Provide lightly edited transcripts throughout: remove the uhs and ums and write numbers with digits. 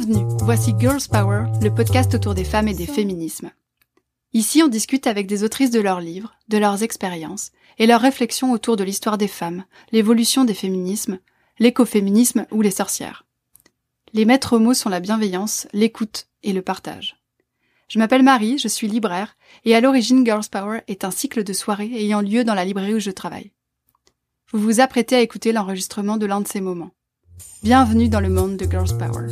Bienvenue, voici Girls Power, le podcast autour des femmes et des féminismes. Ici, on discute avec des autrices de leurs livres, de leurs expériences et leurs réflexions autour de l'histoire des femmes, l'évolution des féminismes, l'écoféminisme ou les sorcières. Les maîtres mots sont la bienveillance, l'écoute et le partage. Je m'appelle Marie, je suis libraire et à l'origine Girls Power est un cycle de soirées ayant lieu dans la librairie où je travaille. Vous vous apprêtez à écouter l'enregistrement de l'un de ces moments. Bienvenue dans le monde de Girls Power.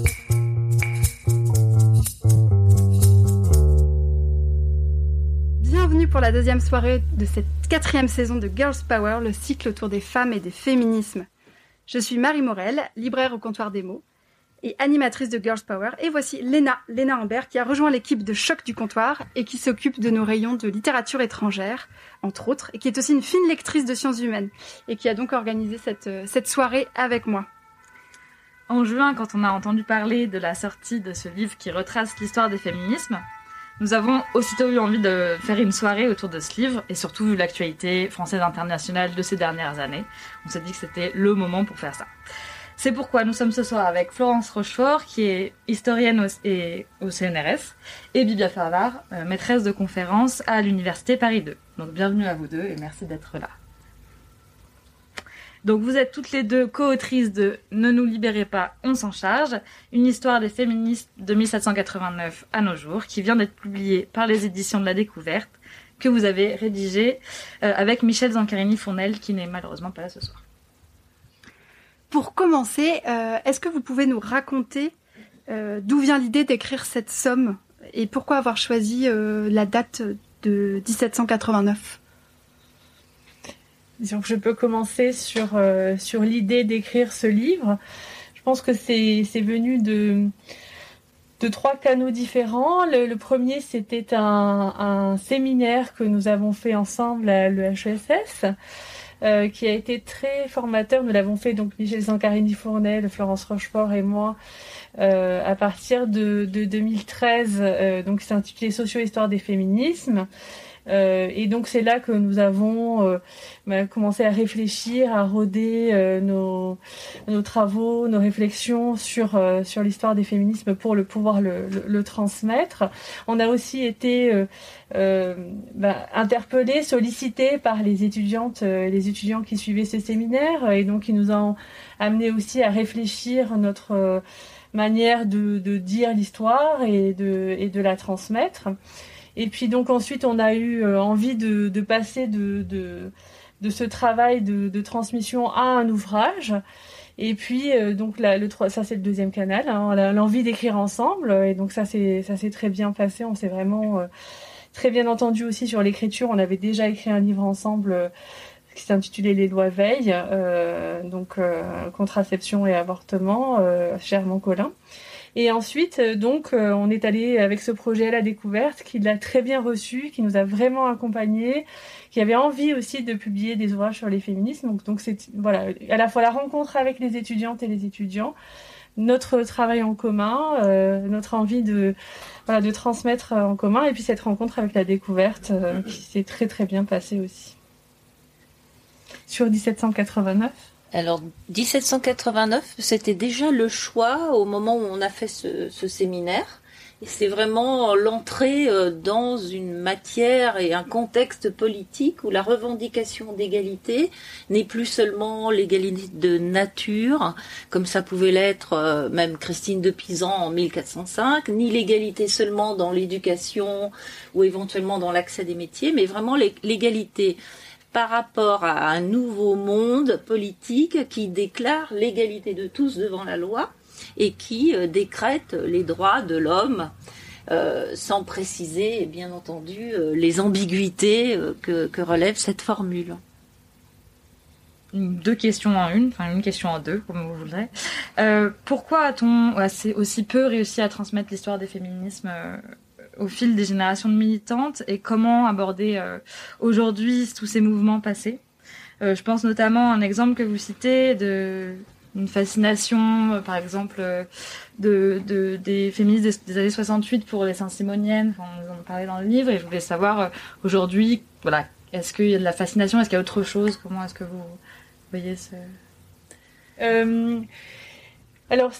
Bienvenue pour la deuxième soirée de cette 4e saison de Girls Power, le cycle autour des femmes et des féminismes. Je suis Marie Morel, libraire au comptoir des mots et animatrice de Girls Power. Et voici Léna Ambert qui a rejoint l'équipe de Choc du comptoir et qui s'occupe de nos rayons de littérature étrangère, entre autres, et qui est aussi une fine lectrice de sciences humaines et qui a donc organisé cette soirée avec moi. En juin, quand on a entendu parler de la sortie de ce livre qui retrace l'histoire des féminismes, nous avons aussitôt eu envie de faire une soirée autour de ce livre, et surtout vu l'actualité française internationale de ces dernières années, on s'est dit que c'était le moment pour faire ça. C'est pourquoi nous sommes ce soir avec Florence Rochefort, qui est historienne au CNRS, et Bibia Favard, maîtresse de conférence à l'Université Paris 2. Donc bienvenue à vous deux, et merci d'être là. Donc vous êtes toutes les deux co-autrices de « Ne nous libérez pas, on s'en charge », une histoire des féministes de 1789 à nos jours, qui vient d'être publiée par les éditions de la Découverte, que vous avez rédigée avec Michel Zancarini-Fournel, qui n'est malheureusement pas là ce soir. Pour commencer, est-ce que vous pouvez nous raconter d'où vient l'idée d'écrire cette somme et pourquoi avoir choisi la date de 1789 ? Donc je peux commencer sur l'idée d'écrire ce livre. Je pense que c'est venu de 3 canaux différents. Le premier, c'était un séminaire que nous avons fait ensemble à l'EHESS, qui a été très formateur. Nous l'avons fait, donc Michel Zancarini-Fournel, Florence Rochefort et moi, à partir de 2013. Donc c'est intitulé Socio-histoire des féminismes. Et donc c'est là que nous avons commencé à réfléchir, à roder nos travaux, nos réflexions sur l'histoire des féminismes pour pouvoir le transmettre. On a aussi été interpellés, sollicités par les étudiantes, les étudiants qui suivaient ce séminaire, et donc ils nous ont amené aussi à réfléchir notre manière de dire l'histoire et de la transmettre. Et puis donc ensuite on a eu envie de passer de ce travail de transmission à un ouvrage. Et puis donc ça c'est le deuxième canal, hein, l'envie d'écrire ensemble. Et donc ça s'est très bien passé. On s'est vraiment très bien entendu aussi sur l'écriture. On avait déjà écrit un livre ensemble qui s'intitulait Les lois Veil, contraception et avortement, chez Armand Collin. Et ensuite, on est allé avec ce projet à la Découverte, qui l'a très bien reçu, qui nous a vraiment accompagnés, qui avait envie aussi de publier des ouvrages sur les féminismes. Donc c'est à la fois la rencontre avec les étudiantes et les étudiants, notre travail en commun, notre envie de transmettre en commun, et puis cette rencontre avec la Découverte qui s'est très très bien passée aussi. Sur 1789. Alors, 1789, c'était déjà le choix au moment où on a fait ce séminaire. Et c'est vraiment l'entrée dans une matière et un contexte politique où la revendication d'égalité n'est plus seulement l'égalité de nature, comme ça pouvait l'être même Christine de Pisan en 1405, ni l'égalité seulement dans l'éducation ou éventuellement dans l'accès des métiers, mais vraiment l'égalité par rapport à un nouveau monde politique qui déclare l'égalité de tous devant la loi et qui décrète les droits de l'homme, sans préciser, bien entendu, les ambiguïtés que relève cette formule. 2 questions en une, enfin une question en 2, comme vous voudrez. Pourquoi a-t-on aussi peu réussi à transmettre l'histoire des féminismes au fil des générations de militantes, et comment aborder aujourd'hui tous ces mouvements passés? Je pense notamment à un exemple que vous citez une fascination, par exemple, des féministes des années 68 pour les Saint-Simoniennes. Enfin, on en parlait dans le livre, et je voulais savoir aujourd'hui, est-ce qu'il y a de la fascination, est-ce qu'il y a autre chose? Comment est-ce que vous voyez ce... Alors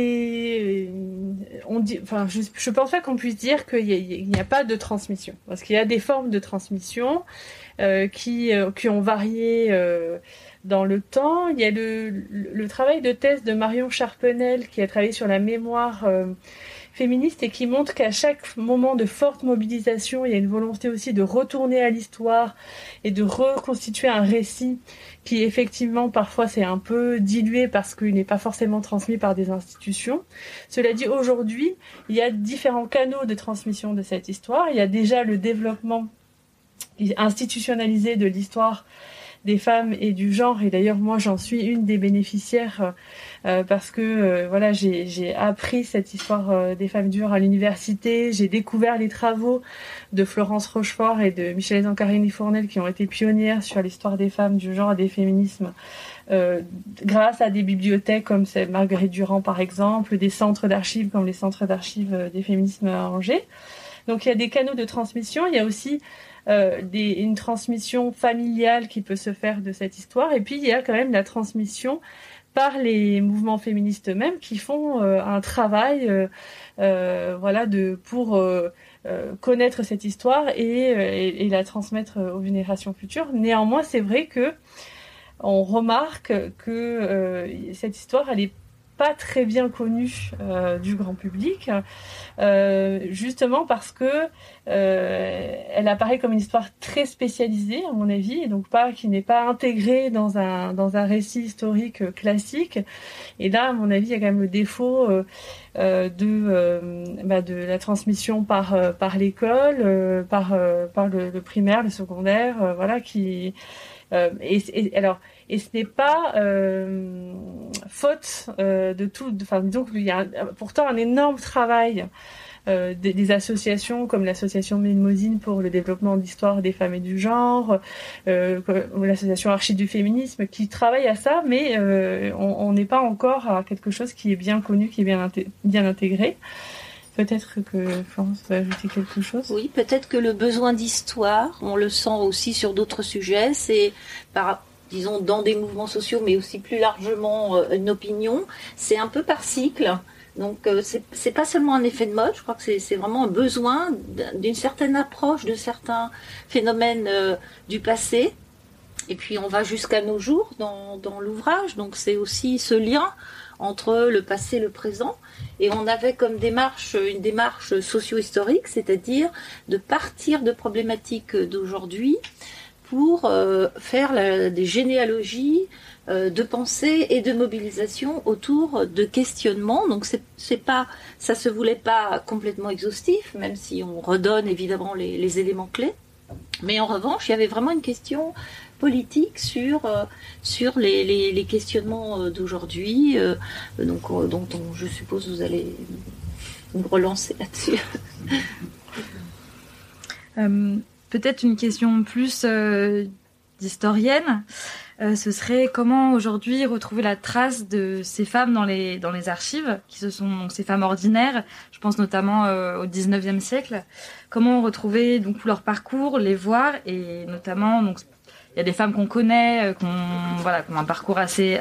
on dit, enfin, je pense pas qu'on puisse dire qu'il n'y a pas de transmission, parce qu'il y a des formes de transmission qui ont varié dans le temps. Il y a le travail de thèse de Marion Charpenel qui a travaillé sur la mémoire féministe et qui montre qu'à chaque moment de forte mobilisation, il y a une volonté aussi de retourner à l'histoire et de reconstituer un récit qui effectivement parfois c'est un peu dilué parce qu'il n'est pas forcément transmis par des institutions. Cela dit, aujourd'hui, il y a différents canaux de transmission de cette histoire. Il y a déjà le développement institutionnalisé de l'histoire des femmes et du genre, et d'ailleurs moi j'en suis une des bénéficiaires parce que voilà, j'ai appris cette histoire des femmes du genre à l'université. J'ai découvert les travaux de Florence Rochefort et de Michèle Zancarini-Fournel qui ont été pionnières sur l'histoire des femmes du genre et des féminismes grâce à des bibliothèques comme Marguerite Durand par exemple, des centres d'archives comme les centres d'archives des féminismes à Angers. Donc il y a des canaux de transmission, il y a aussi une transmission familiale qui peut se faire de cette histoire, et puis il y a quand même la transmission par les mouvements féministes eux-mêmes qui font un travail voilà pour connaître cette histoire et la transmettre aux générations futures. Néanmoins, c'est vrai que on remarque que cette histoire, elle est pas très bien connue du grand public, justement parce que elle apparaît comme une histoire très spécialisée à mon avis, et donc qui n'est pas intégrée dans un récit historique classique. Et là, à mon avis, il y a quand même le défaut de la transmission par l'école, par le primaire, le secondaire, voilà, qui et ce n'est pas faute de tout. Enfin, disons qu'il y a pourtant un énorme travail des associations comme l'association Mémosine pour le développement de l'histoire des femmes et du genre, ou l'association Archives du féminisme qui travaille à ça, mais on n'est pas encore à quelque chose qui est bien connu, qui est bien intégré. Peut-être que Florence va ajouter quelque chose. Oui, peut-être que le besoin d'histoire, on le sent aussi sur d'autres sujets, c'est disons dans des mouvements sociaux, mais aussi plus largement une opinion, c'est un peu par cycle. Donc c'est pas seulement un effet de mode, je crois que c'est vraiment un besoin d'une certaine approche de certains phénomènes du passé. Et puis on va jusqu'à nos jours dans l'ouvrage, donc c'est aussi ce lien entre le passé et le présent. Et on avait comme une démarche socio-historique, c'est-à-dire de partir de problématiques d'aujourd'hui pour faire des généalogies de pensée et de mobilisation autour de questionnements. Donc ça se voulait pas complètement exhaustif, même si on redonne évidemment les éléments clés. Mais en revanche, il y avait vraiment une question politique sur les questionnements d'aujourd'hui, dont je suppose vous allez me relancer là-dessus. Peut-être une question plus d'historienne. Ce serait comment aujourd'hui retrouver la trace de ces femmes dans les archives, qui ce sont donc ces femmes ordinaires. Je pense notamment au 19e siècle. Comment retrouver donc leur parcours, les voir, et notamment donc il y a des femmes qu'on connaît, qui ont un parcours assez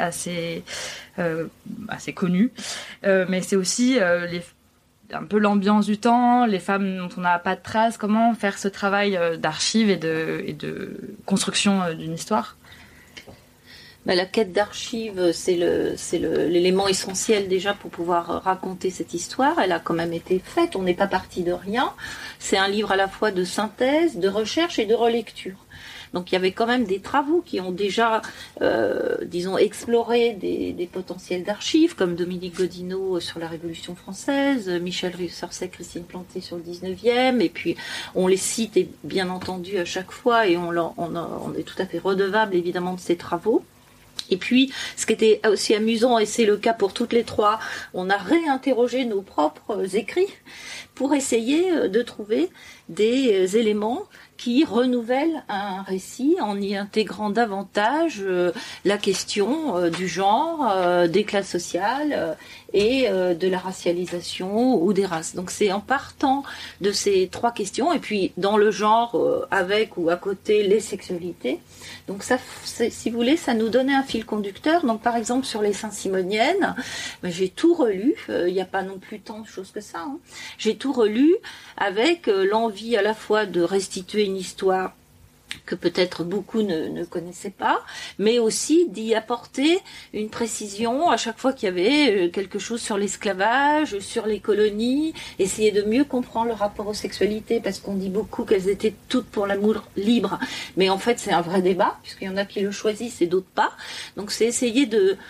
connu, mais c'est aussi un peu l'ambiance du temps, les femmes dont on n'a pas de traces. Comment faire ce travail d'archives et de construction d'une histoire? La quête d'archives, c'est l'élément essentiel déjà pour pouvoir raconter cette histoire. Elle a quand même été faite, on n'est pas parti de rien. C'est un livre à la fois de synthèse, de recherche et de relecture. Donc il y avait quand même des travaux qui ont déjà, exploré des potentiels d'archives, comme Dominique Godineau sur la Révolution française, Michel Rieussarcet, Christine Planté sur le 19e, et puis on les cite bien entendu à chaque fois, et on est tout à fait redevable évidemment de ces travaux. Et puis, ce qui était aussi amusant, et c'est le cas pour toutes les trois, on a réinterrogé nos propres écrits pour essayer de trouver des éléments qui renouvelle un récit en y intégrant davantage la question du genre, des classes sociales et de la racialisation ou des races. Donc c'est en partant de ces 3 questions, et puis dans le genre, avec ou à côté les sexualités. Donc ça, si vous voulez, ça nous donnait un fil conducteur. Donc par exemple sur les saint-simoniennes, j'ai tout relu, il n'y a pas non plus tant de choses que ça. J'ai tout relu avec l'envie à la fois de restituer une histoire que peut-être beaucoup ne connaissaient pas, mais aussi d'y apporter une précision à chaque fois qu'il y avait quelque chose sur l'esclavage, sur les colonies, essayer de mieux comprendre le rapport aux sexualités, parce qu'on dit beaucoup qu'elles étaient toutes pour l'amour libre, mais en fait c'est un vrai débat, puisqu'il y en a qui le choisissent et d'autres pas. Donc c'est essayer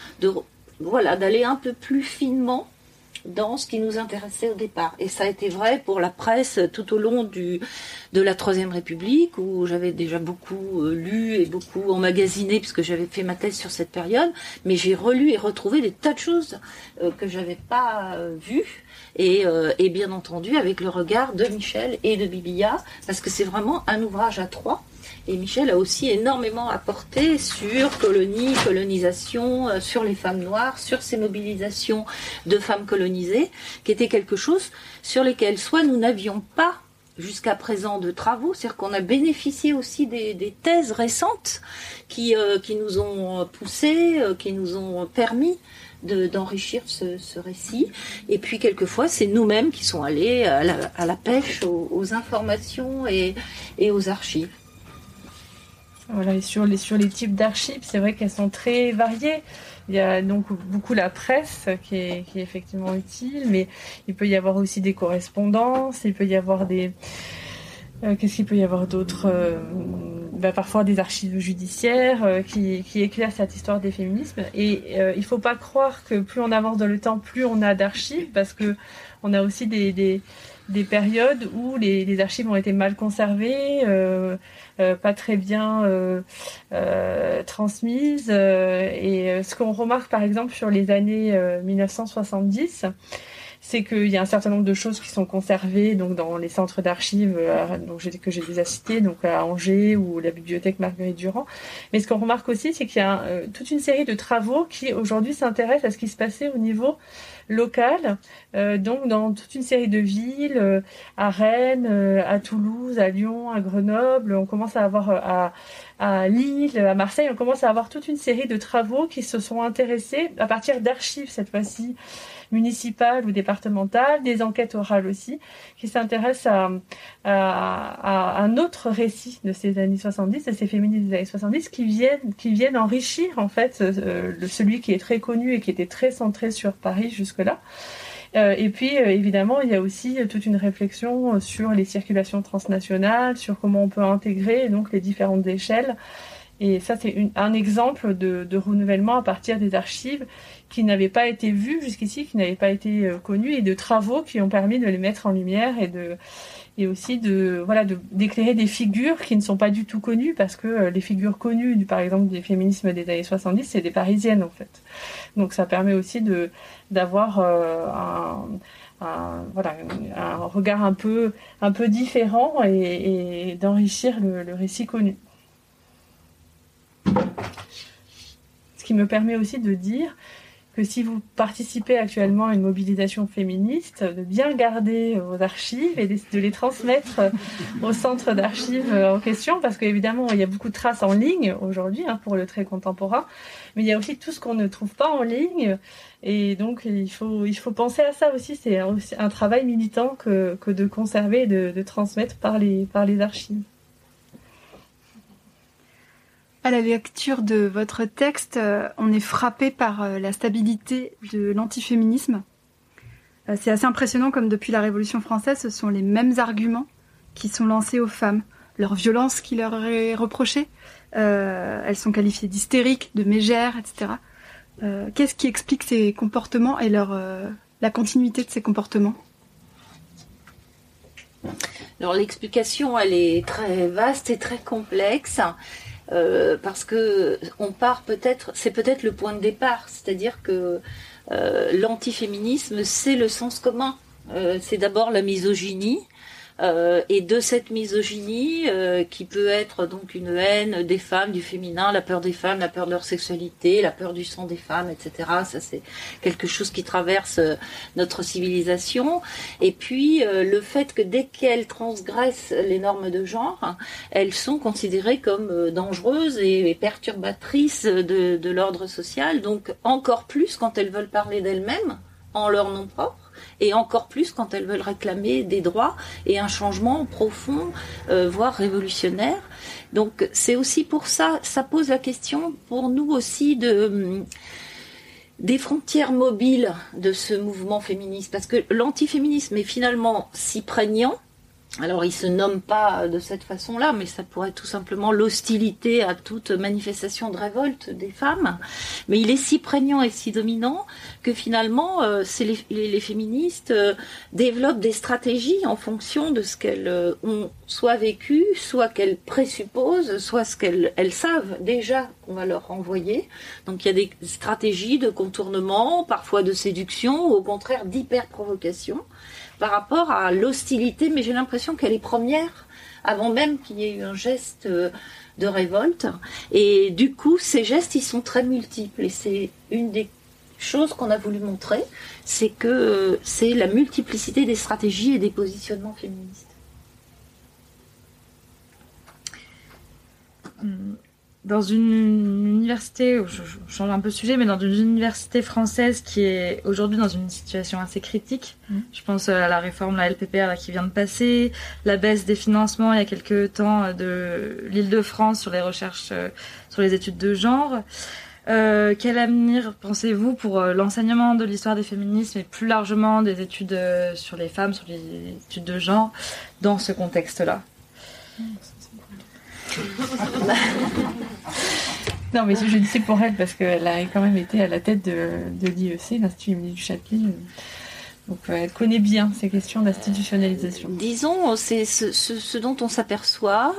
d'aller un peu plus finement dans ce qui nous intéressait au départ. Et ça a été vrai pour la presse tout au long de la Troisième République, où j'avais déjà beaucoup lu et beaucoup emmagasiné, puisque j'avais fait ma thèse sur cette période, mais j'ai relu et retrouvé des tas de choses que j'avais pas vues, et bien entendu avec le regard de Michel et de Bibilla, parce que c'est vraiment un ouvrage à 3. Et Michel a aussi énormément apporté sur colonie, colonisation, sur les femmes noires, sur ces mobilisations de femmes colonisées, qui était quelque chose sur lesquels soit nous n'avions pas jusqu'à présent de travaux, c'est-à-dire qu'on a bénéficié aussi des thèses récentes qui nous ont poussé, qui nous ont permis d'enrichir ce récit. Et puis quelquefois c'est nous-mêmes qui sommes allés à la pêche aux informations et aux archives. Voilà, et sur les types d'archives, c'est vrai qu'elles sont très variées. Il y a donc beaucoup la presse qui est effectivement utile, mais il peut y avoir aussi des correspondances, il peut y avoir qu'est-ce qu'il peut y avoir d'autre, parfois des archives judiciaires qui éclairent cette histoire des féminismes. Et il faut pas croire que plus on avance dans le temps, plus on a d'archives, parce que on a aussi des périodes où les archives ont été mal conservées, pas très bien transmises. Et ce qu'on remarque par exemple sur les années 1970, c'est qu'il y a un certain nombre de choses qui sont conservées donc dans les centres d'archives que j'ai déjà cités, donc à Angers ou la bibliothèque Marguerite Durand. Mais ce qu'on remarque aussi, c'est qu'il y a toute une série de travaux qui aujourd'hui s'intéressent à ce qui se passait au niveau local, donc dans toute une série de villes, à Rennes, à Toulouse, à Lyon, à Grenoble. On commence à avoir à Lille, à Marseille, on commence à avoir toute une série de travaux qui se sont intéressés à partir d'archives cette fois-ci municipales ou départementales, des enquêtes orales aussi, qui s'intéressent à un autre récit de ces années 70, de ces féministes des années 70, qui viennent enrichir en fait celui qui est très connu et qui était très centré sur Paris jusque-là. Et puis évidemment il y a aussi toute une réflexion sur les circulations transnationales, sur comment on peut intégrer donc les différentes échelles. Et ça c'est un exemple de renouvellement à partir des archives qui n'avaient pas été vues jusqu'ici, qui n'avaient pas été connues, et de travaux qui ont permis de les mettre en lumière et aussi d'éclairer des figures qui ne sont pas du tout connues, parce que les figures connues par exemple des féminismes des années 70, c'est des parisiennes en fait. Donc ça permet aussi d'avoir un regard un peu différent et d'enrichir le récit connu. Ce qui me permet aussi de dire que si vous participez actuellement à une mobilisation féministe, de bien garder vos archives et de les transmettre au centre d'archives en question, parce qu'évidemment il y a beaucoup de traces en ligne aujourd'hui pour le trait contemporain, mais il y a aussi tout ce qu'on ne trouve pas en ligne, et donc il faut penser à ça aussi. C'est aussi un travail militant que de conserver et de transmettre par les archives. À la lecture de votre texte, on est frappé par la stabilité de l'antiféminisme. C'est assez impressionnant comme depuis la Révolution française, ce sont les mêmes arguments qui sont lancés aux femmes. Leur violence qui leur est reprochée, elles sont qualifiées d'hystériques, de mégères, etc. Qu'est-ce qui explique ces comportements et la continuité de ces comportements ? Alors l'explication, elle est très vaste et très complexe. Parce que c'est peut-être le point de départ, c'est-à-dire que l'antiféminisme, c'est le sens commun. C'est d'abord la misogynie, et de cette misogynie qui peut être donc une haine des femmes, du féminin, la peur des femmes, la peur de leur sexualité, la peur du sang des femmes, etc. Ça, c'est quelque chose qui traverse notre civilisation. Et puis le fait que dès qu'elles transgressent les normes de genre, elles sont considérées comme dangereuses et perturbatrices de l'ordre social. Donc encore plus quand elles veulent parler d'elles-mêmes en leur nom propre. Et encore plus quand elles veulent réclamer des droits et un changement profond, voire révolutionnaire. Donc c'est aussi pour ça, ça pose la question pour nous aussi des frontières mobiles de ce mouvement féministe. Parce que l'antiféminisme est finalement si prégnant. Alors, il se nomme pas de cette façon-là, mais ça pourrait être tout simplement l'hostilité à toute manifestation de révolte des femmes. Mais il est si prégnant et si dominant que finalement, les féministes développent des stratégies en fonction de ce qu'elles ont soit vécu, soit qu'elles présupposent, soit ce qu'elles savent déjà qu'on va leur renvoyer. Donc, il y a des stratégies de contournement, parfois de séduction, ou au contraire d'hyper-provocation, par rapport à l'hostilité, mais j'ai l'impression qu'elle est première, avant même qu'il y ait eu un geste de révolte. Et du coup, ces gestes, ils sont très multiples. Et c'est une des choses qu'on a voulu montrer, c'est que c'est la multiplicité des stratégies et des positionnements féministes. Dans une université, je change un peu de sujet, mais dans une université française qui est aujourd'hui dans une situation assez critique, je pense à la réforme, la LPPR là, qui vient de passer, la baisse des financements il y a quelques temps de l'Île-de-France sur les recherches, sur les études de genre. Quel avenir pensez-vous pour l'enseignement de l'histoire des féminismes et plus largement des études sur les femmes, sur les études de genre, dans ce contexte-là ? Non, mais je dis c'est pour elle parce qu'elle a quand même été à la tête de l'IEC, l'Institut Émilie du Châtelet. Donc elle connaît bien ces questions d'institutionnalisation. Disons, c'est ce dont on s'aperçoit,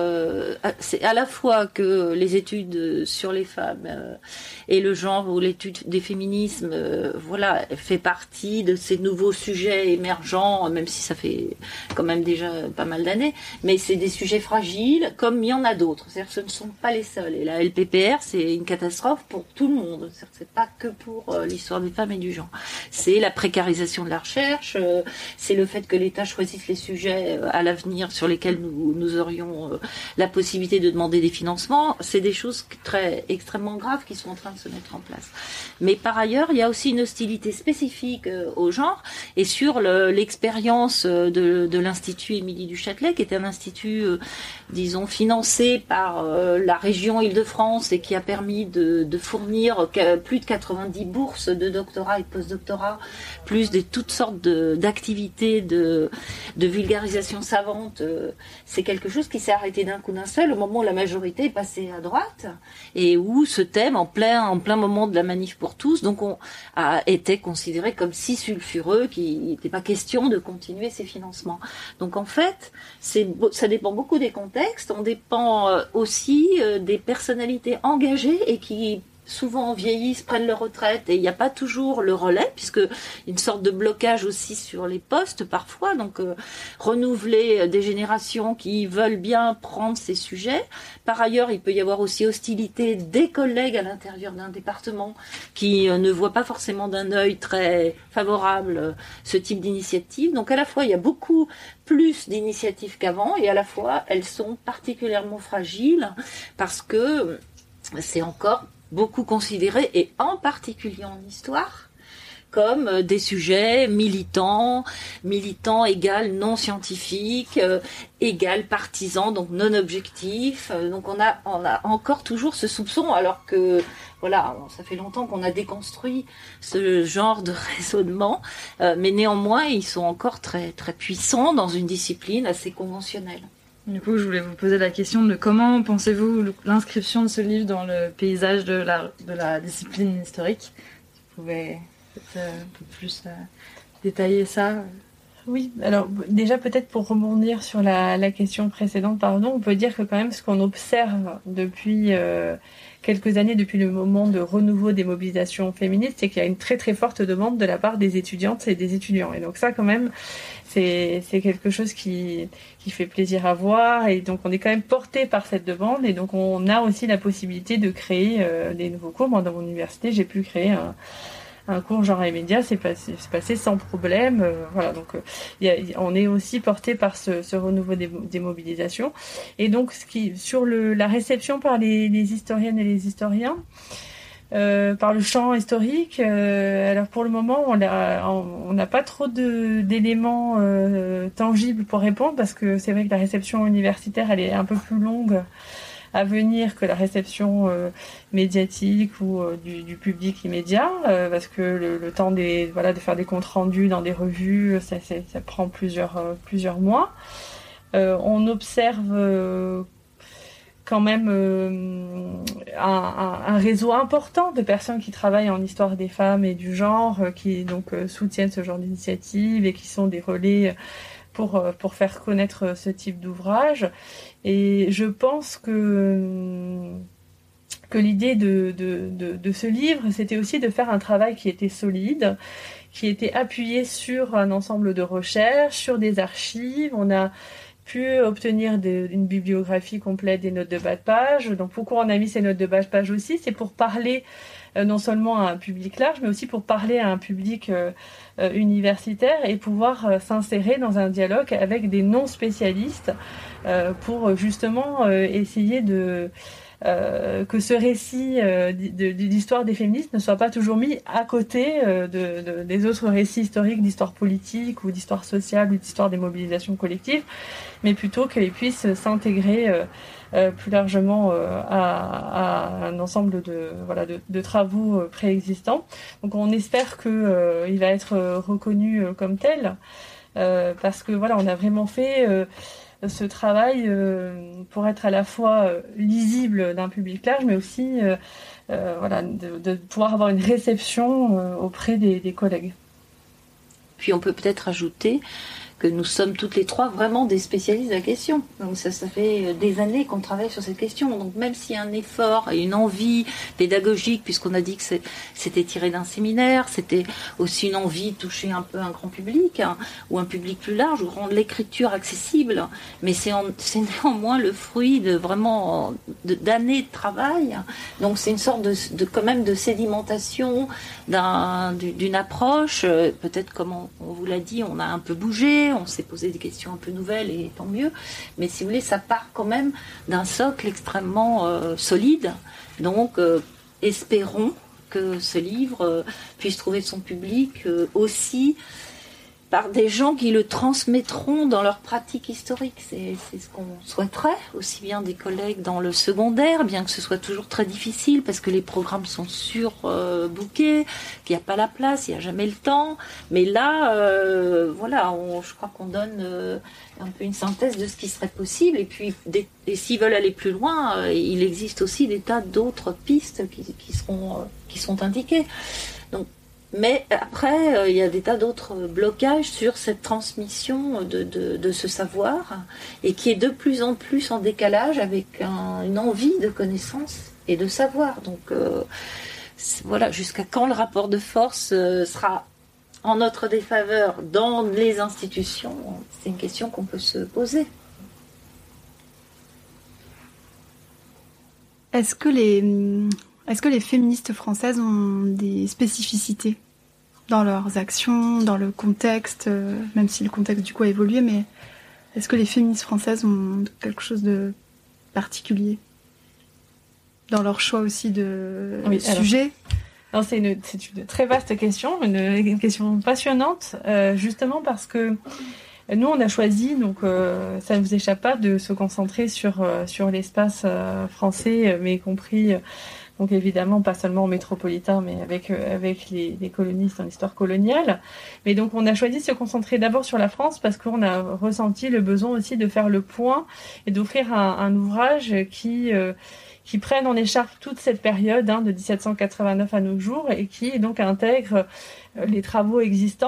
c'est à la fois que les études sur les femmes et le genre ou l'étude des féminismes, voilà, fait partie de ces nouveaux sujets émergents, même si ça fait quand même déjà pas mal d'années, mais c'est des sujets fragiles comme il y en a d'autres. C'est-à-dire que ce ne sont pas les seuls. Et la LPPR, c'est une catastrophe pour tout le monde. C'est-à-dire que c'est pas que pour l'histoire des femmes et du genre. C'est la précarisation de la recherche, c'est le fait que l'État choisisse les sujets à l'avenir sur lesquels nous aurions la possibilité de demander des financements. C'est des choses extrêmement graves qui sont en train de se mettre en place. Mais par ailleurs, il y a aussi une hostilité spécifique au genre et sur l'expérience de l'Institut Émilie du Châtelet, qui était un institut, disons, financé par la région Île-de-France et qui a permis de fournir plus de 90 bourses de doctorat et de post-doctorat, plus toutes sortes d'activités de vulgarisation savante. C'est quelque chose qui s'est arrêté d'un coup d'un seul au moment où la majorité est passée à droite et où ce thème en plein moment de la manif pour tous donc a été considéré comme si sulfureux qu'il n'était pas question de continuer ces financements. Donc en fait, ça dépend beaucoup des contextes, on dépend aussi des personnalités engagées et qui souvent vieillissent, prennent leur retraite et il n'y a pas toujours le relais puisque une sorte de blocage aussi sur les postes parfois, donc renouveler des générations qui veulent bien prendre ces sujets. Par ailleurs, il peut y avoir aussi hostilité des collègues à l'intérieur d'un département qui ne voient pas forcément d'un œil très favorable ce type d'initiative. Donc à la fois, il y a beaucoup plus d'initiatives qu'avant et à la fois, elles sont particulièrement fragiles parce que c'est encore beaucoup considérés, et en particulier en histoire, comme des sujets militants égale non scientifiques, égale partisans, donc non objectifs. Donc on a encore toujours ce soupçon, alors que voilà, ça fait longtemps qu'on a déconstruit ce genre de raisonnement, mais néanmoins ils sont encore très très puissants dans une discipline assez conventionnelle. Du coup, je voulais vous poser la question de comment pensez-vous l'inscription de ce livre dans le paysage de la discipline historique ? Vous pouvez peut-être un peu plus détailler ça ? Oui, alors déjà peut-être pour rebondir sur la question précédente, on peut dire que quand même ce qu'on observe depuis quelques années, depuis le moment de renouveau des mobilisations féministes, c'est qu'il y a une très très forte demande de la part des étudiantes et des étudiants. Et donc ça quand même, c'est quelque chose qui fait plaisir à voir, et donc on est quand même porté par cette demande, et donc on a aussi la possibilité de créer des nouveaux cours. Moi, dans mon université, j'ai pu créer un cours genre et médias, c'est passé sans problème. Voilà, donc on est aussi porté par ce renouveau des mobilisations. Et donc sur la réception par les historiennes et les historiens, par le champ historique, alors pour le moment on n'a pas trop d'éléments tangibles pour répondre, parce que c'est vrai que la réception universitaire elle est un peu plus longue à venir que la réception médiatique ou du public immédiat, parce que le temps de faire des comptes rendus dans des revues, ça prend plusieurs mois. On observe quand même un réseau important de personnes qui travaillent en histoire des femmes et du genre, qui donc soutiennent ce genre d'initiative et qui sont des relais pour faire connaître ce type d'ouvrage. Et je pense que l'idée de ce livre, c'était aussi de faire un travail qui était solide, qui était appuyé sur un ensemble de recherches, sur des archives. On a pu obtenir une bibliographie complète des notes de bas de page. Donc pourquoi on a mis ces notes de bas de page aussi? C'est pour parler non seulement à un public large, mais aussi pour parler à un public universitaire et pouvoir s'insérer dans un dialogue avec des non-spécialistes pour justement essayer que ce récit d'histoire des féministes ne soit pas toujours mis à côté des autres récits historiques d'histoire politique ou d'histoire sociale ou d'histoire des mobilisations collectives, mais plutôt qu'elles puissent s'intégrer plus largement à un ensemble de travaux préexistants. Donc on espère que il va être reconnu comme tel, parce que on a vraiment fait ce travail pour être à la fois lisible d'un public large, mais aussi de pouvoir avoir une réception auprès des collègues. Puis on peut peut-être ajouter que nous sommes toutes les trois vraiment des spécialistes de la question. Donc ça fait des années qu'on travaille sur cette question. Donc même s'il y a un effort et une envie pédagogique, puisqu'on a dit que c'était tiré d'un séminaire, c'était aussi une envie de toucher un peu un grand public, ou un public plus large, ou rendre l'écriture accessible. Mais c'est néanmoins le fruit d'années de travail. Donc c'est une sorte quand même de sédimentation d'une approche. Peut-être, comme on vous l'a dit, on a un peu bougé, on s'est posé des questions un peu nouvelles, et tant mieux. Mais si vous voulez, ça part quand même d'un socle extrêmement solide. Donc, espérons que ce livre puisse trouver son public aussi par des gens qui le transmettront dans leur pratique historique. C'est ce qu'on souhaiterait, aussi bien des collègues dans le secondaire, bien que ce soit toujours très difficile parce que les programmes sont surbookés, qu'il n'y a pas la place, il n'y a jamais le temps. Mais là, je crois qu'on donne un peu une synthèse de ce qui serait possible. Et puis, et s'ils veulent aller plus loin, il existe aussi des tas d'autres pistes qui sont indiquées. Donc, mais après, il y a des tas d'autres blocages sur cette transmission de ce savoir, et qui est de plus en plus en décalage avec une envie de connaissance et de savoir. Donc jusqu'à quand le rapport de force sera en notre défaveur dans les institutions, c'est une question qu'on peut se poser. Est-ce que les féministes françaises ont des spécificités dans leurs actions, dans le contexte, même si le contexte du coup a évolué, mais est-ce que les féministes françaises ont quelque chose de particulier dans leur choix aussi de sujet? Alors, c'est une très vaste question, une question passionnante, justement parce que nous, on a choisi, donc ça ne vous échappe pas, de se concentrer sur l'espace français, mais y compris, donc évidemment, pas seulement métropolitain, mais avec les colonistes en histoire coloniale. Mais donc, on a choisi de se concentrer d'abord sur la France parce qu'on a ressenti le besoin aussi de faire le point et d'offrir un ouvrage qui prenne en écharpe toute cette période de 1789 à nos jours, et qui donc intègre les travaux existants,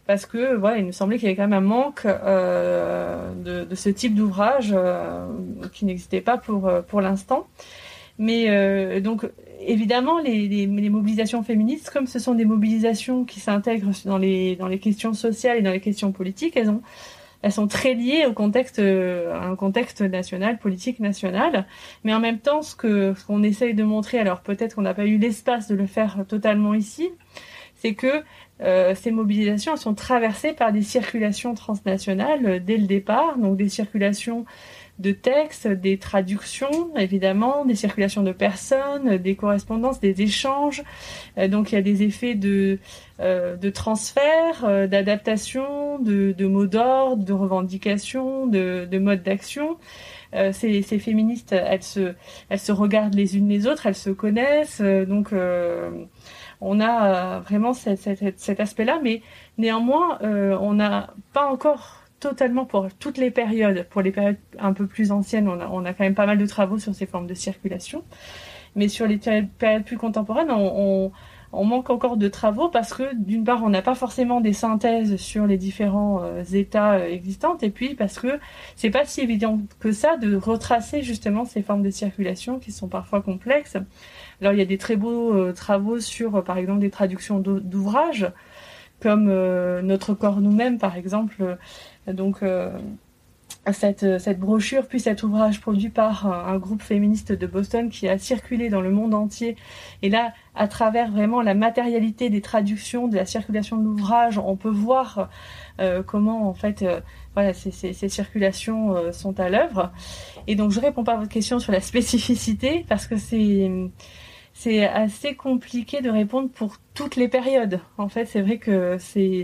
parce que voilà, il me semblait qu'il y avait quand même un manque de ce type d'ouvrage qui n'existait pas pour l'instant. Mais donc évidemment les mobilisations féministes, comme ce sont des mobilisations qui s'intègrent dans les questions sociales et dans les questions politiques, elles sont très liées à un contexte national, politique national. Mais en même temps, ce qu'on essaye de montrer, alors peut-être qu'on n'a pas eu l'espace de le faire totalement ici, c'est que ces mobilisations, elles sont traversées par des circulations transnationales dès le départ, donc des circulations de textes, des traductions, évidemment, des circulations de personnes, des correspondances, des échanges. Donc il y a des effets de transfert, d'adaptation, de mots d'ordre, de revendications, de modes d'action. Ces féministes, elles se regardent les unes les autres, elles se connaissent. Donc on a vraiment cet aspect-là, mais néanmoins, on n'a pas encore totalement pour toutes les périodes. Pour les périodes un peu plus anciennes, on a quand même pas mal de travaux sur ces formes de circulation. Mais sur les périodes plus contemporaines, on manque encore de travaux parce que d'une part, on n'a pas forcément des synthèses sur les différents états existants, et puis parce que c'est pas si évident que ça de retracer justement ces formes de circulation qui sont parfois complexes. Alors il y a des très beaux travaux sur, par exemple, des traductions d'ouvrages, comme Notre corps nous-mêmes, par exemple. Donc cette brochure, puis cet ouvrage produit par un groupe féministe de Boston qui a circulé dans le monde entier. Et là, à travers vraiment la matérialité des traductions, de la circulation de l'ouvrage, on peut voir comment en fait voilà, ces circulations sont à l'œuvre. Et donc je réponds pas à votre question sur la spécificité parce que c'est assez compliqué de répondre pour toutes les périodes. En fait, c'est vrai que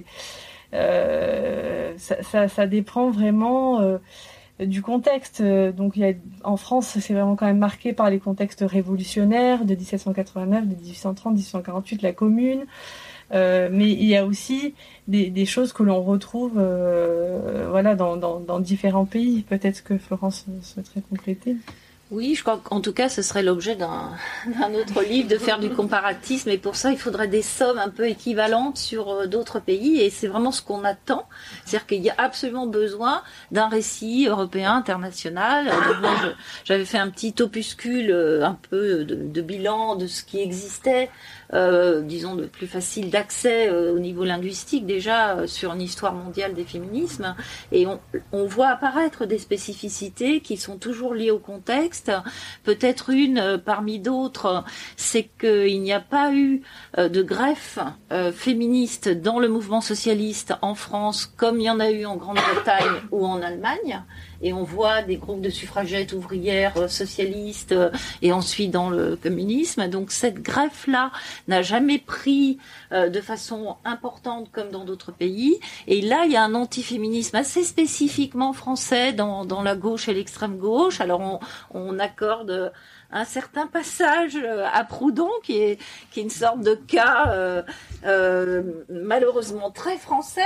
ça dépend vraiment du contexte. Donc en France, c'est vraiment quand même marqué par les contextes révolutionnaires de 1789, de 1830, 1848, la Commune. Mais il y a aussi des choses que l'on retrouve voilà, dans différents pays. Peut-être que Florence souhaiterait compléter. Oui, je crois qu'en tout cas, ce serait l'objet d'un autre livre, de faire du comparatisme. Et pour ça, il faudrait des sommes un peu équivalentes sur d'autres pays. Et c'est vraiment ce qu'on attend. C'est-à-dire qu'il y a absolument besoin d'un récit européen, international. Donc moi, j'avais fait un petit opuscule un peu de bilan de ce qui existait, disons, de plus facile d'accès au niveau linguistique, déjà, sur une histoire mondiale des féminismes. Et on voit apparaître des spécificités qui sont toujours liées au contexte. Peut-être une parmi d'autres, c'est qu'il n'y a pas eu de greffe féministe dans le mouvement socialiste en France comme il y en a eu en Grande-Bretagne ou en Allemagne. Et on voit des groupes de suffragettes ouvrières socialistes et ensuite dans le communisme. Donc cette greffe-là n'a jamais pris de façon importante comme dans d'autres pays. Et là, il y a un antiféminisme assez spécifiquement français dans la gauche et l'extrême gauche. Alors on accorde un certain passage à Proudhon qui est une sorte de cas malheureusement très français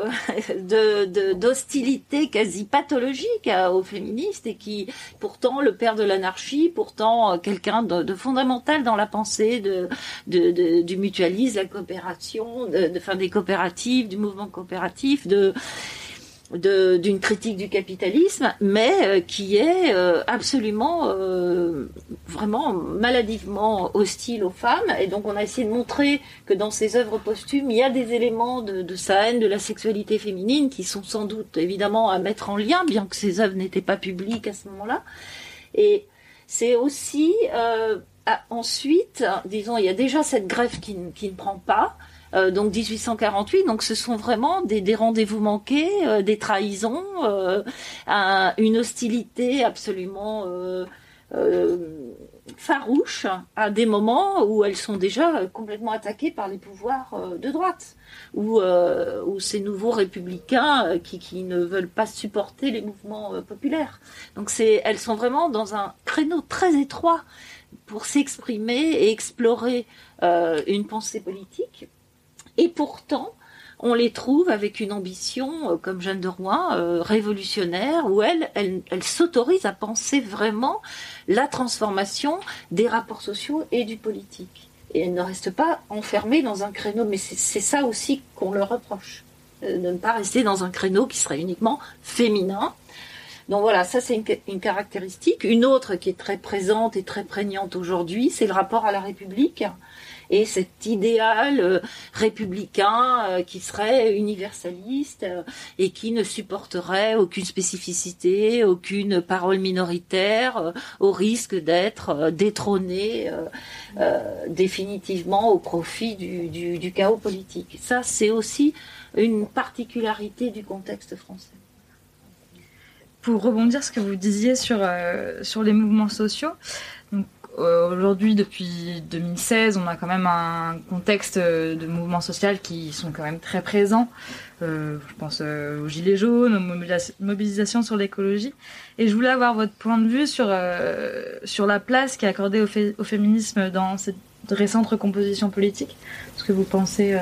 d'hostilité quasi pathologique aux féministes, et qui pourtant le père de l'anarchie, pourtant quelqu'un de fondamental dans la pensée du mutualisme, la coopération, des coopératives, du mouvement coopératif, d'une critique du capitalisme, mais qui est absolument vraiment maladivement hostile aux femmes. Et donc on a essayé de montrer que dans ses œuvres posthumes, il y a des éléments de sa haine de la sexualité féminine qui sont sans doute évidemment à mettre en lien, bien que ses œuvres n'étaient pas publiques à ce moment-là. Et c'est aussi ensuite, disons, il y a déjà cette greffe qui ne prend pas. Donc 1848, donc ce sont vraiment des rendez-vous manqués, des trahisons, une hostilité absolument farouche à des moments où elles sont déjà complètement attaquées par les pouvoirs de droite, ou ces nouveaux républicains qui ne veulent pas supporter les mouvements populaires. Donc elles sont vraiment dans un créneau très étroit pour s'exprimer et explorer une pensée politique. Et pourtant, on les trouve avec une ambition, comme Jeanne de Rouen, révolutionnaire, où elle s'autorise à penser vraiment la transformation des rapports sociaux et du politique. Et elle ne reste pas enfermée dans un créneau, mais c'est ça aussi qu'on leur reproche. de ne pas rester dans un créneau qui serait uniquement féminin. Donc voilà, ça c'est une caractéristique. Une autre qui est très présente et très prégnante aujourd'hui, c'est le rapport à la République et cet idéal républicain qui serait universaliste et qui ne supporterait aucune spécificité, aucune parole minoritaire, au risque d'être détrôné définitivement au profit du chaos politique. Ça, c'est aussi une particularité du contexte français. Pour rebondir sur ce que vous disiez sur les mouvements sociaux, donc, aujourd'hui, depuis 2016, on a quand même un contexte de mouvements sociaux qui sont quand même très présents. Je pense aux Gilets jaunes, aux mobilisations sur l'écologie. Et je voulais avoir votre point de vue sur la place qui est accordée au féminisme dans cette récente recomposition politique. Ce que vous pensez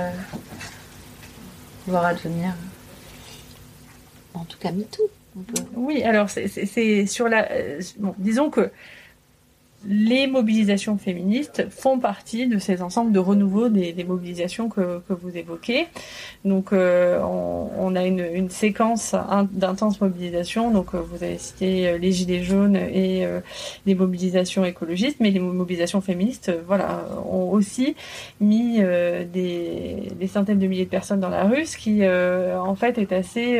voir advenir. En tout cas, MeToo. Oui, alors c'est sur la... bon, disons que les mobilisations féministes font partie de ces ensembles de renouveau des mobilisations que vous évoquez. Donc, on a une séquence d'intenses mobilisations. Donc, vous avez cité les Gilets jaunes et les mobilisations écologistes, mais les mobilisations féministes, voilà, ont aussi mis des centaines de milliers de personnes dans la rue, ce qui, en fait, est assez...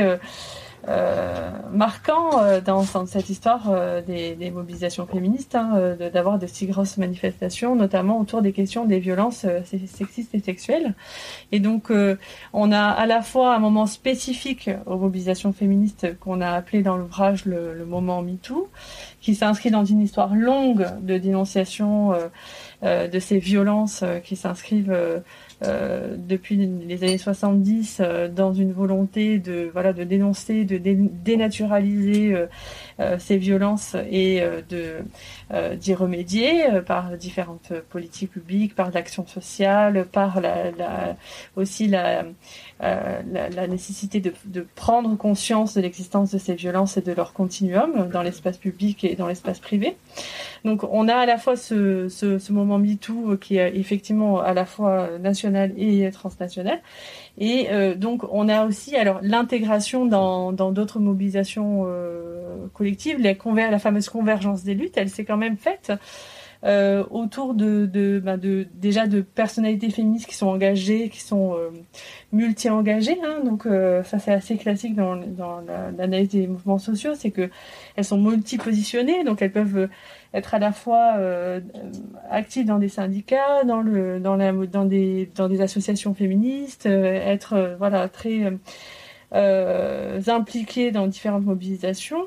marquant dans cette histoire des mobilisations féministes, d'avoir de si grosses manifestations, notamment autour des questions des violences sexistes et sexuelles. Et donc, on a à la fois un moment spécifique aux mobilisations féministes qu'on a appelé dans l'ouvrage le moment MeToo, qui s'inscrit dans une histoire longue de dénonciation de ces violences qui s'inscrivent depuis les années 70 dans une volonté de dénoncer, de dénaturaliser ces violences et d'y remédier par différentes politiques publiques, par l'action sociale, par aussi la nécessité de prendre conscience de l'existence de ces violences et de leur continuum dans l'espace public et dans l'espace privé. Donc on a à la fois ce moment MeToo qui est effectivement à la fois national et transnational. Et donc on a aussi l'intégration dans d'autres mobilisations collectives, la fameuse convergence des luttes. Elle s'est quand même faite autour déjà de personnalités féministes qui sont engagées, qui sont multi-engagées. Donc ça c'est assez classique dans l'analyse des mouvements sociaux, c'est que elles sont multi-positionnées, donc elles peuvent être à la fois actives dans des syndicats, dans des associations féministes, être très impliquées dans différentes mobilisations.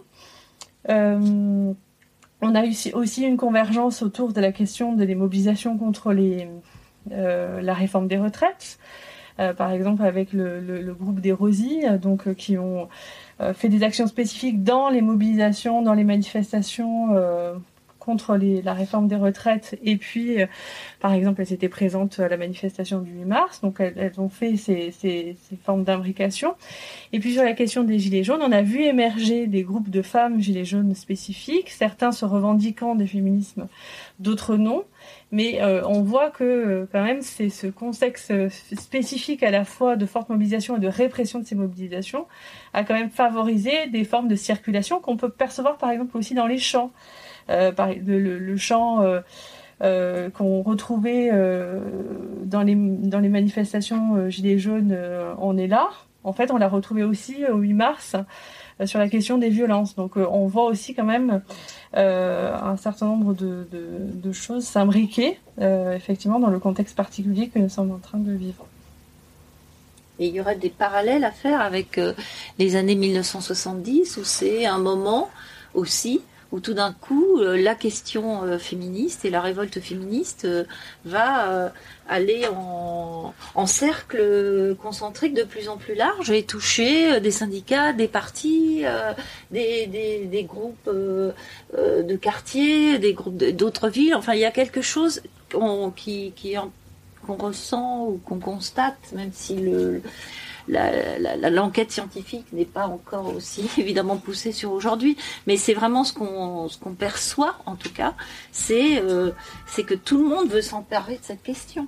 On a eu aussi une convergence autour de la question des mobilisations contre la réforme des retraites, par exemple avec le groupe des Rosies, qui ont fait des actions spécifiques dans les mobilisations, dans les manifestations contre la réforme des retraites. Et puis, par exemple, elles étaient présentes à la manifestation du 8 mars, donc elles ont fait ces formes d'imbrication. Et puis sur la question des Gilets jaunes, on a vu émerger des groupes de femmes Gilets jaunes spécifiques, certains se revendiquant des féminismes, d'autres non. Mais on voit que quand même c'est ce contexte spécifique à la fois de forte mobilisation et de répression de ces mobilisations a quand même favorisé des formes de circulation qu'on peut percevoir par exemple aussi dans les chants. Le chant qu'on retrouvait dans les manifestations Gilets jaunes, on est là. En fait, on l'a retrouvé aussi au 8 mars sur la question des violences. Donc, on voit aussi quand même un certain nombre de choses s'imbriquer, effectivement, dans le contexte particulier que nous sommes en train de vivre. Et il y aurait des parallèles à faire avec les années 1970, où c'est un moment aussi où tout d'un coup, la question féministe et la révolte féministe va aller en cercle concentrique de plus en plus large et toucher des syndicats, des partis, des groupes de quartier, des groupes d'autres villes. Enfin, il y a quelque chose qu'on ressent ou qu'on constate, même si l'enquête scientifique n'est pas encore aussi évidemment poussée sur aujourd'hui, mais c'est vraiment ce qu'on perçoit en tout cas, c'est que tout le monde veut s'emparer de cette question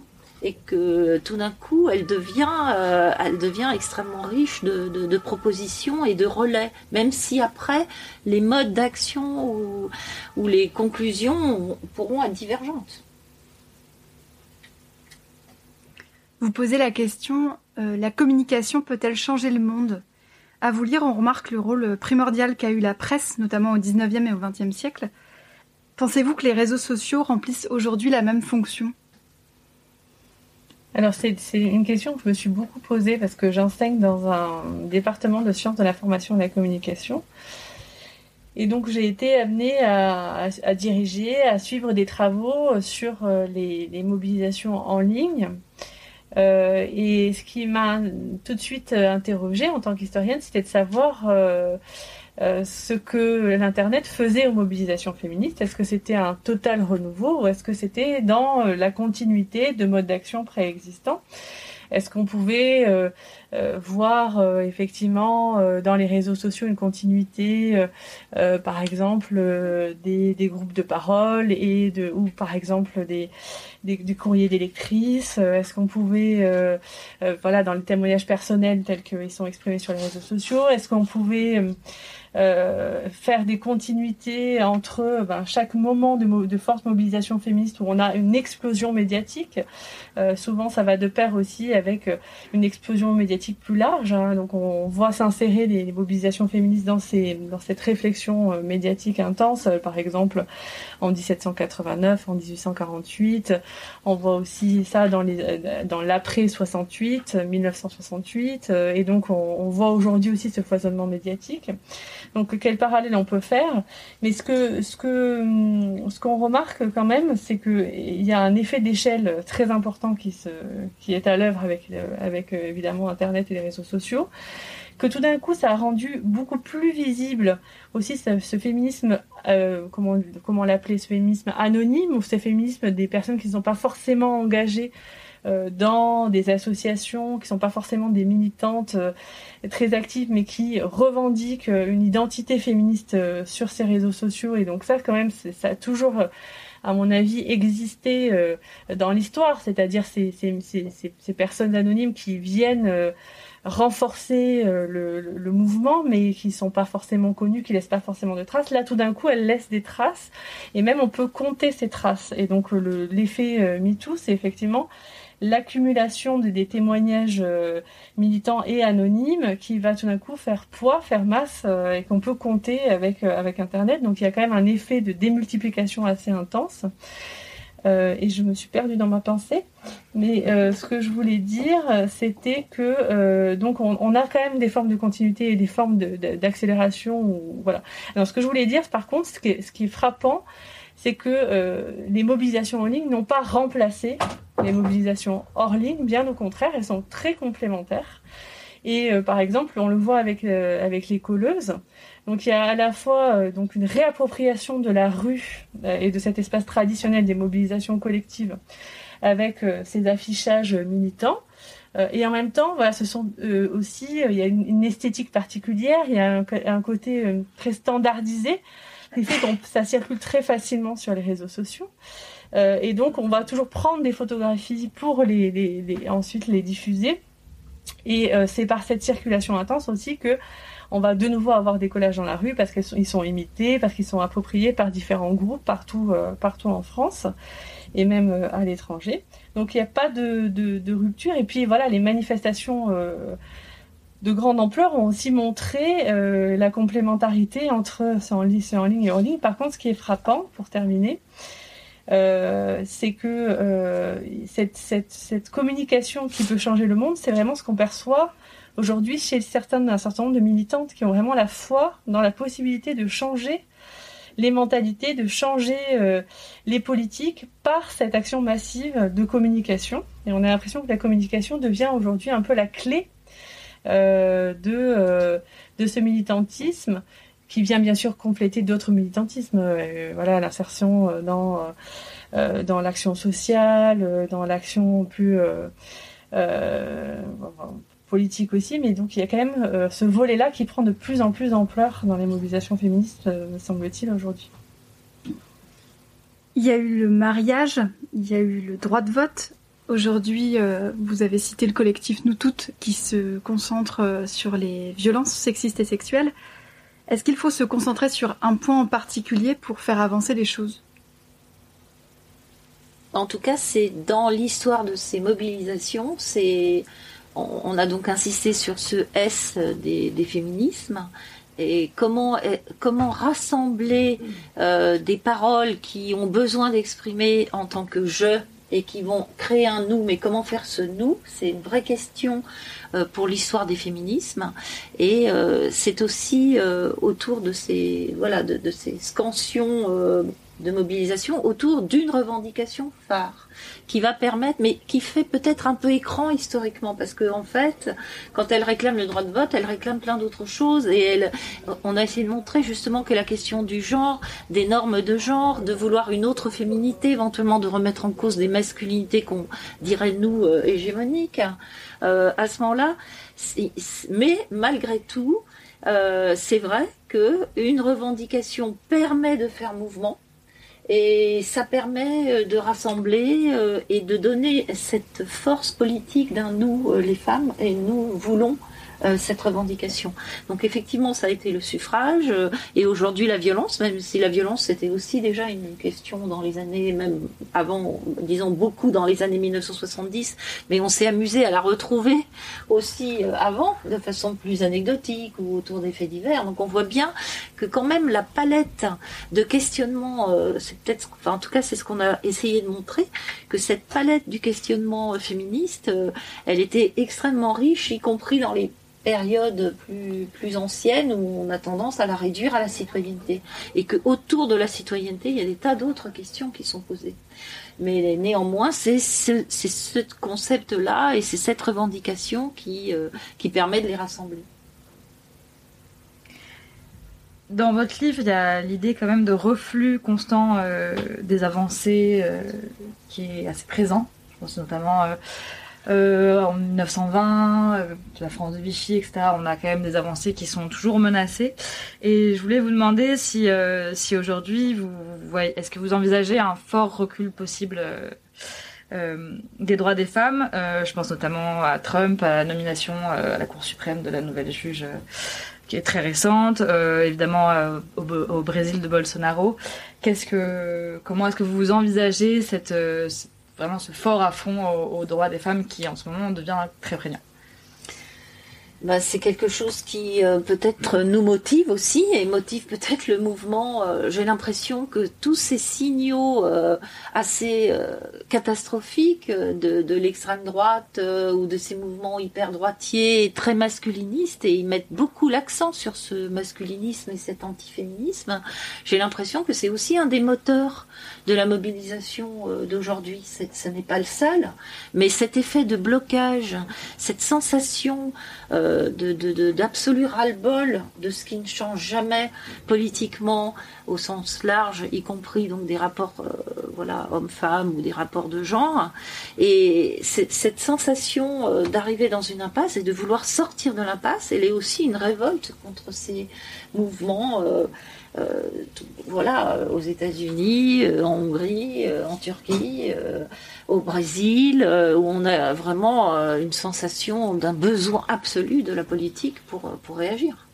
et que tout d'un coup elle devient extrêmement riche de propositions et de relais, même si après les modes d'action ou les conclusions pourront être divergentes. Vous posez la question, la communication peut-elle changer le monde ? À vous lire, on remarque le rôle primordial qu'a eu la presse, notamment au XIXe et au XXe siècle. Pensez-vous que les réseaux sociaux remplissent aujourd'hui la même fonction ? Alors c'est une question que je me suis beaucoup posée parce que j'enseigne dans un département de sciences de l'information et de la communication. Et donc j'ai été amenée à diriger, à suivre des travaux sur les mobilisations en ligne. Et ce qui m'a tout de suite interrogée en tant qu'historienne, c'était de savoir ce que l'Internet faisait aux mobilisations féministes. Est-ce que c'était un total renouveau ou est-ce que c'était dans la continuité de modes d'action préexistants ? Est-ce qu'on pouvait voir effectivement dans les réseaux sociaux une continuité, par exemple des groupes de parole ou par exemple des courriers d'électrices. Est-ce qu'on pouvait dans les témoignages personnels tels qu'ils sont exprimés sur les réseaux sociaux, est-ce qu'on pouvait faire des continuités entre chaque moment de forte mobilisation féministe où on a une explosion médiatique. Souvent ça va de pair aussi avec une explosion médiatique plus large, hein. Donc on voit s'insérer les mobilisations féministes dans cette réflexion médiatique intense, par exemple en 1789, en 1848. On voit aussi ça dans l'après 68, 1968, et donc on voit aujourd'hui aussi ce foisonnement médiatique. Donc quel parallèle on peut faire ? Mais ce qu'on remarque quand même, c'est que il y a un effet d'échelle très important qui est à l'œuvre avec évidemment Internet et les réseaux sociaux, que tout d'un coup ça a rendu beaucoup plus visible aussi ce féminisme, comment l'appeler, ce féminisme anonyme, ou ce féminisme des personnes qui ne sont pas forcément engagées dans des associations, qui sont pas forcément des militantes très actives, mais qui revendiquent une identité féministe sur ces réseaux sociaux. Et donc ça, quand même, ça a toujours, à mon avis, existé dans l'histoire, c'est-à-dire ces personnes anonymes qui viennent renforcer le mouvement, mais qui sont pas forcément connues, qui laissent pas forcément de traces. Là, tout d'un coup, elles laissent des traces, et même on peut compter ces traces. Et donc l'effet MeToo, c'est effectivement l'accumulation des témoignages militants et anonymes qui va tout d'un coup faire poids, faire masse, et qu'on peut compter avec Internet. Donc il y a quand même un effet de démultiplication assez intense. Et je me suis perdue dans ma pensée. Mais ce que je voulais dire, c'était que donc on a quand même des formes de continuité et des formes d'accélération. Voilà. Alors ce que je voulais dire, par contre, ce qui est frappant, c'est que les mobilisations en ligne n'ont pas remplacé les mobilisations hors ligne, bien au contraire, elles sont très complémentaires. Et par exemple, on le voit avec les colleuses. Donc il y a à la fois donc une réappropriation de la rue et de cet espace traditionnel des mobilisations collectives avec ces affichages militants. Et en même temps, voilà, ce sont aussi, il y a une esthétique particulière, il y a un côté très standardisé qui fait que ça circule très facilement sur les réseaux sociaux. Et donc on va toujours prendre des photographies pour ensuite les diffuser. Et c'est par cette circulation intense aussi que on va de nouveau avoir des collages dans la rue parce qu'ils sont imités, parce qu'ils sont appropriés par différents groupes partout en France et même à l'étranger. Donc il n'y a pas de rupture. Et puis voilà, les manifestations de grande ampleur ont aussi montré la complémentarité entre c'est en ligne et hors ligne. Par contre, ce qui est frappant, pour terminer, c'est que cette communication qui peut changer le monde, c'est vraiment ce qu'on perçoit aujourd'hui chez un certain nombre de militantes qui ont vraiment la foi dans la possibilité de changer les mentalités, de changer les politiques par cette action massive de communication. Et on a l'impression que la communication devient aujourd'hui un peu la clé de ce militantisme qui vient bien sûr compléter d'autres militantismes. Voilà, l'insertion dans l'action sociale, dans l'action plus politique aussi, mais donc il y a quand même ce volet-là qui prend de plus en plus d'ampleur dans les mobilisations féministes, me semble-t-il, aujourd'hui. Il y a eu le mariage, il y a eu le droit de vote. Aujourd'hui, vous avez cité le collectif Nous Toutes qui se concentre sur les violences sexistes et sexuelles. Est-ce qu'il faut se concentrer sur un point en particulier pour faire avancer les choses ? En tout cas, c'est dans l'histoire de ces mobilisations, on a donc insisté sur ce S des féminismes et comment rassembler des paroles qui ont besoin d'exprimer en tant que je et qui vont créer un nous, mais comment faire ce nous ? C'est une vraie question pour l'histoire des féminismes et c'est aussi autour de ces de ces scansions de mobilisation autour d'une revendication phare qui va permettre, mais qui fait peut-être un peu écran historiquement, parce que en fait, quand elle réclame le droit de vote, elle réclame plein d'autres choses, et on a essayé de montrer justement que la question du genre, des normes de genre, de vouloir une autre féminité, éventuellement de remettre en cause des masculinités qu'on dirait nous hégémoniques, à ce moment-là, mais malgré tout, c'est vrai qu'une revendication permet de faire mouvement. Et ça permet de rassembler et de donner cette force politique d'un nous, les femmes, et nous voulons cette revendication. Donc effectivement, ça a été le suffrage et aujourd'hui la violence, même si la violence c'était aussi déjà une question dans les années, même avant, disons beaucoup dans les années 1970, mais on s'est amusé à la retrouver aussi avant, de façon plus anecdotique ou autour des faits divers. Donc on voit bien que quand même la palette de questionnement, c'est peut-être, enfin en tout cas c'est ce qu'on a essayé de montrer, que cette palette du questionnement féministe, elle était extrêmement riche, y compris dans les période plus ancienne où on a tendance à la réduire à la citoyenneté et que autour de la citoyenneté il y a des tas d'autres questions qui sont posées, mais néanmoins c'est ce concept-là et c'est cette revendication qui permet de les rassembler. Dans votre livre, il y a l'idée quand même de reflux constant des avancées qui est assez présent. Je pense notamment en 1920, la France de Vichy, etc. On a quand même des avancées qui sont toujours menacées. Et je voulais vous demander si aujourd'hui, est-ce que vous envisagez un fort recul possible des droits des femmes. Je pense notamment à Trump, à la nomination à la Cour suprême de la nouvelle juge qui est très récente, évidemment au Brésil de Bolsonaro. Comment est-ce que vous envisagez vraiment ce fort à fond aux droits des femmes qui en ce moment devient très prégnant? C'est quelque chose qui peut-être nous motive aussi et motive peut-être le mouvement. J'ai l'impression que tous ces signaux assez catastrophiques de l'extrême droite ou de ces mouvements hyper droitiers très masculinistes, et ils mettent beaucoup l'accent sur ce masculinisme et cet antiféminisme, j'ai l'impression que c'est aussi un des moteurs de la mobilisation d'aujourd'hui. Ce n'est pas le seul, mais cet effet de blocage, cette sensation d'absolu ras-le-bol de ce qui ne change jamais politiquement au sens large, y compris donc des rapports hommes-femmes ou des rapports de genre, et cette sensation d'arriver dans une impasse et de vouloir sortir de l'impasse, elle est aussi une révolte contre ces mouvements aux États-Unis, en Hongrie, en Turquie, au Brésil, où on a vraiment une sensation d'un besoin absolu de la politique pour réagir.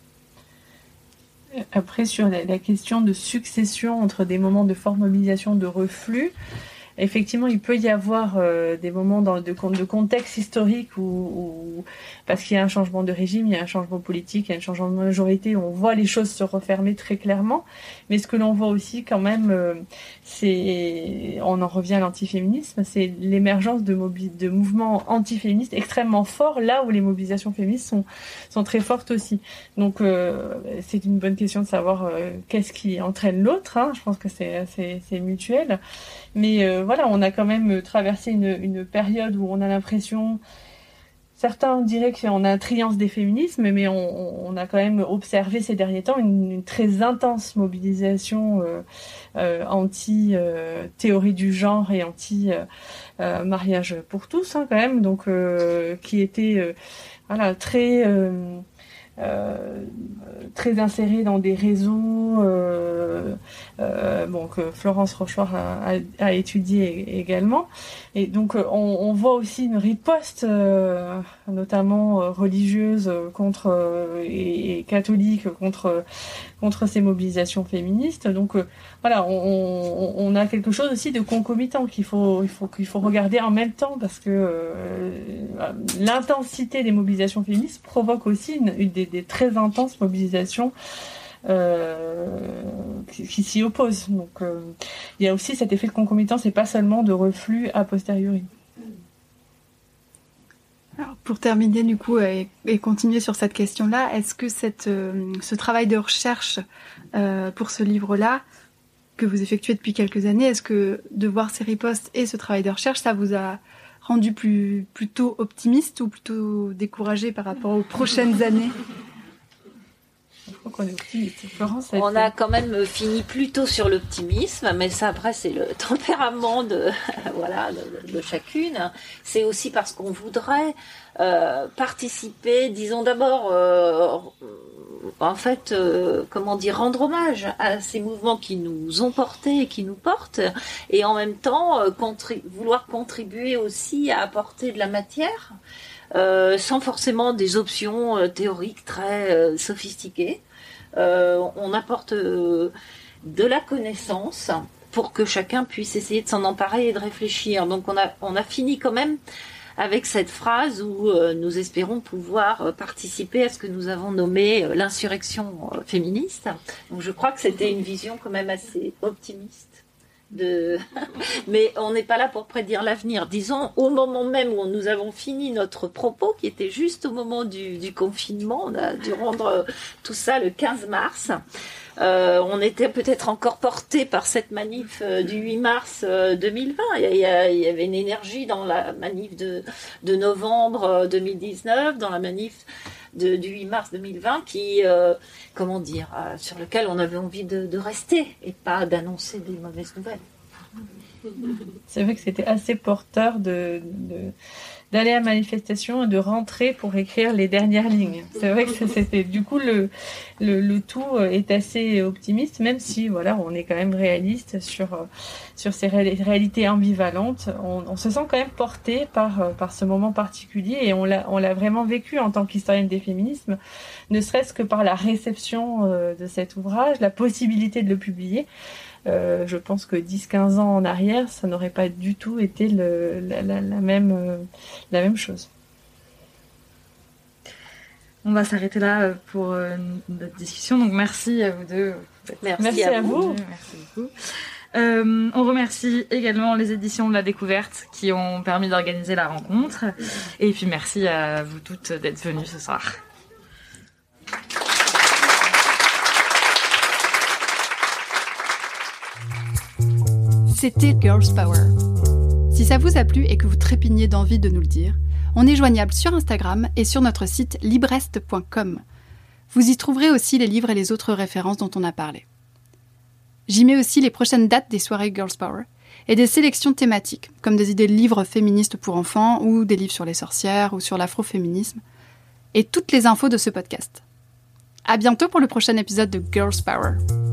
Après, sur la question de succession entre des moments de forte mobilisation, de reflux, effectivement, il peut y avoir des moments de contexte historique où parce qu'il y a un changement de régime, il y a un changement politique, il y a un changement de majorité, on voit les choses se refermer très clairement. Mais ce que l'on voit aussi quand même, on en revient à l'antiféminisme, c'est l'émergence de mouvements antiféministes extrêmement forts, là où les mobilisations féministes sont très fortes aussi. Donc c'est une bonne question de savoir qu'est-ce qui entraîne l'autre, hein. Je pense que c'est mutuel. Mais on a quand même traversé une période où on a l'impression, certains diraient qu'on a un triomphe des féminismes, mais on a quand même observé ces derniers temps une très intense mobilisation anti-théorie du genre et anti-mariage pour tous, hein, quand même, donc qui était très très insérés dans des réseaux que Florence Rochefort a étudié également. Et donc on voit aussi une riposte notamment religieuse et catholique contre ces mobilisations féministes. Donc voilà, on a quelque chose aussi de concomitant qu'il faut regarder en même temps, parce que l'intensité des mobilisations féministes provoque aussi des très intenses mobilisations qui s'y opposent. Donc il y a aussi cet effet de concomitance, et pas seulement de reflux a posteriori. Alors, pour terminer du coup et continuer sur cette question-là, est-ce que ce travail de recherche pour ce livre-là que vous effectuez depuis quelques années, est-ce que de voir ces ripostes et ce travail de recherche, ça vous a rendu plutôt optimiste ou plutôt découragé par rapport aux prochaines années ? On est optimiste. Florence, on a quand même fini plutôt sur l'optimisme, mais ça après c'est le tempérament de chacune. C'est aussi parce qu'on voudrait participer, disons d'abord, rendre hommage à ces mouvements qui nous ont portés et qui nous portent, et en même temps vouloir contribuer aussi à apporter de la matière, sans forcément des options théoriques très sophistiquées. On apporte de la connaissance pour que chacun puisse essayer de s'en emparer et de réfléchir. Donc on a fini quand même avec cette phrase où nous espérons pouvoir participer à ce que nous avons nommé l'insurrection féministe. Donc je crois que c'était une vision quand même assez optimiste. Mais on n'est pas là pour prédire l'avenir. Disons, au moment même où nous avons fini notre propos, qui était juste au moment du confinement, on a dû rendre tout ça le 15 mars. On était peut-être encore porté par cette manif du 8 mars 2020. Il y avait une énergie dans la manif de novembre 2019, dans la manif du 8 mars 2020 qui, sur lequel on avait envie de rester et pas d'annoncer des mauvaises nouvelles. C'est vrai que c'était assez porteur d'aller à la manifestation et de rentrer pour écrire les dernières lignes. C'est vrai que c'était du coup le tout est assez optimiste, même si on est quand même réaliste sur ces réalités ambivalentes. On se sent quand même porté par ce moment particulier, et on l'a vraiment vécu en tant qu'historienne des féminismes, ne serait-ce que par la réception de cet ouvrage, la possibilité de le publier. Je pense que 10-15 ans en arrière, ça n'aurait pas du tout été la même chose. On va s'arrêter là pour notre discussion. Donc merci à vous deux. Merci à vous. Merci beaucoup. On remercie également les éditions de la Découverte qui ont permis d'organiser la rencontre. Et puis merci à vous toutes d'être venues ce soir. C'était Girls Power. Si ça vous a plu et que vous trépignez d'envie de nous le dire, on est joignable sur Instagram et sur notre site librest.com. Vous y trouverez aussi les livres et les autres références dont on a parlé. J'y mets aussi les prochaines dates des soirées Girls Power et des sélections thématiques, comme des idées de livres féministes pour enfants ou des livres sur les sorcières ou sur l'afroféminisme, et toutes les infos de ce podcast. À bientôt pour le prochain épisode de Girls Power.